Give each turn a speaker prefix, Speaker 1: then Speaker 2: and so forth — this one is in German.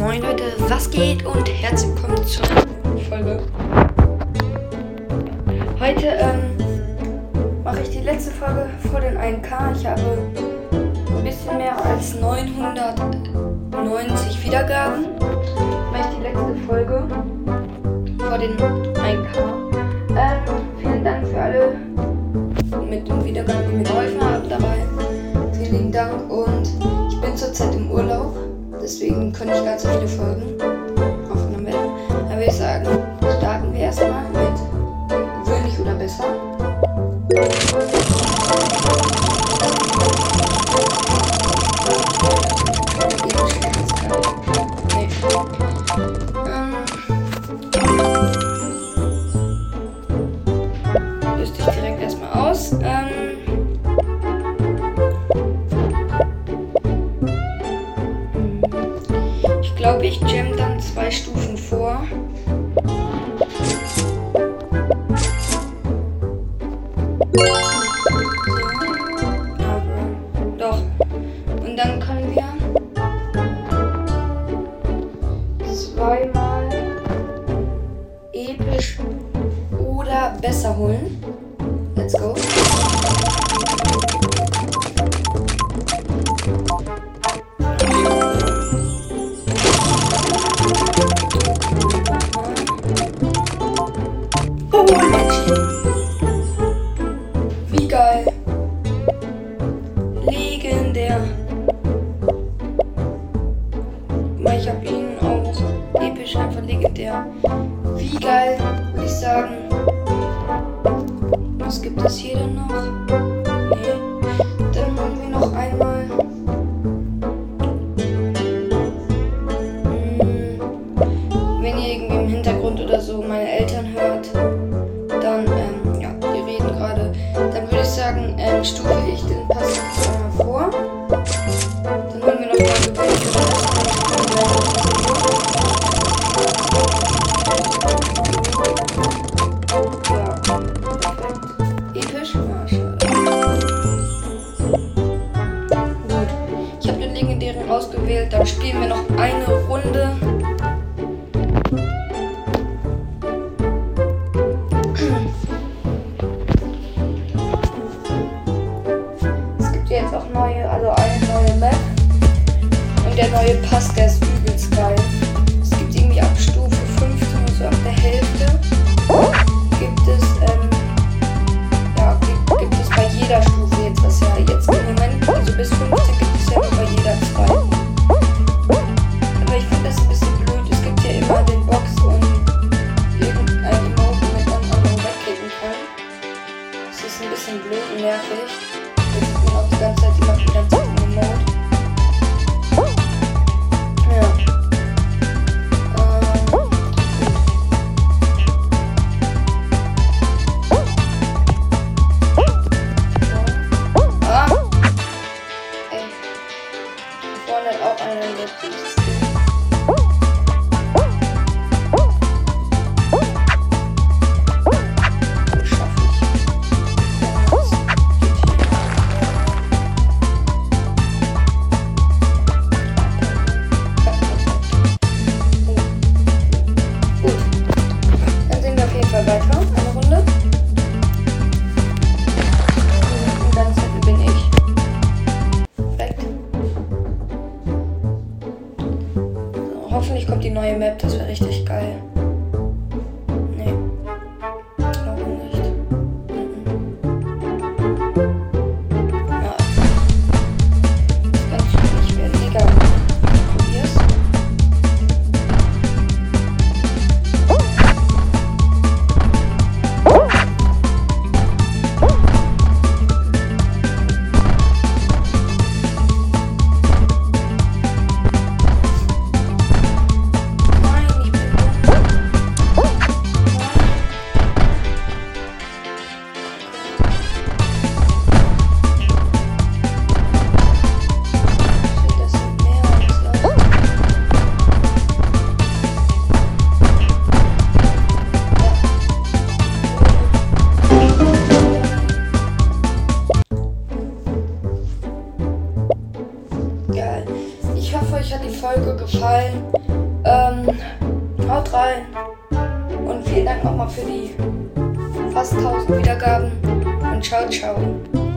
Speaker 1: Moin Leute, was geht und herzlich willkommen zur Folge. Heute mache ich die letzte Folge vor den 1K. Ich habe ein bisschen mehr als 990 Wiedergaben. Mache ich die letzte Folge vor den 1K. Vielen Dank für alle mit den Wiedergaben, die mir geholfen haben dabei. Vielen lieben Dank und ich bin zurzeit im Urlaub. Deswegen können nicht ganz so viele Folgen aufgenommen werden. Dann würde ich sagen, starten wir erstmal mit gewöhnlich oder besser. Löst dich direkt erstmal aus. Ich glaube, ich jam dann 2 Stufen vor. Doch. Und dann können wir zweimal episch oder besser holen. Let's go. Oh, wie geil. Legendär. Ich habe ihn auch episch, einfach legendär. Wie geil, würde ich sagen. Was gibt es hier denn noch? Nee. Dann haben wir noch einmal. Wenn ihr irgendwie im Hintergrund oder so meine Eltern hört, dann, ja, die reden gerade. Dann würde ich sagen, stufe ich den Pass einmal vor. Dann holen wir noch mal gewöhnlich oder ja, perfekt. Episch? Ah, schade. Gut. Ich habe den legendären ausgewählt. Dann spielen wir noch eine Runde. Jetzt auch neue, also eine neue Map und der neue Pass, der ist übelst geil. Es gibt irgendwie ab Stufe 15, also ab der Hälfte gibt es, ja, gibt es bei jeder Stufe jetzt was, ja jetzt im Moment, also bis 15 gibt es ja nur bei jeder 2. Aber ich finde das ein bisschen blöd, es gibt ja immer den Box und irgendein Emote, womit man anderen wegkicken kann. Das ist ein bisschen blöd und nervig. Auch die ganze Zeit, die macht die ganze Zeit einen Mode. Ja. Ey. Vorne hat auch einer in der Piste. Hoffentlich kommt die neue Map, das wäre richtig geil. Nee, glaube nicht. Ja. Ganz schwierig werden. Egal. Probier's. Nein, ich bin dumm. Folge gefallen. Haut rein. Und vielen Dank nochmal für die fast 1000 Wiedergaben. Und ciao, ciao.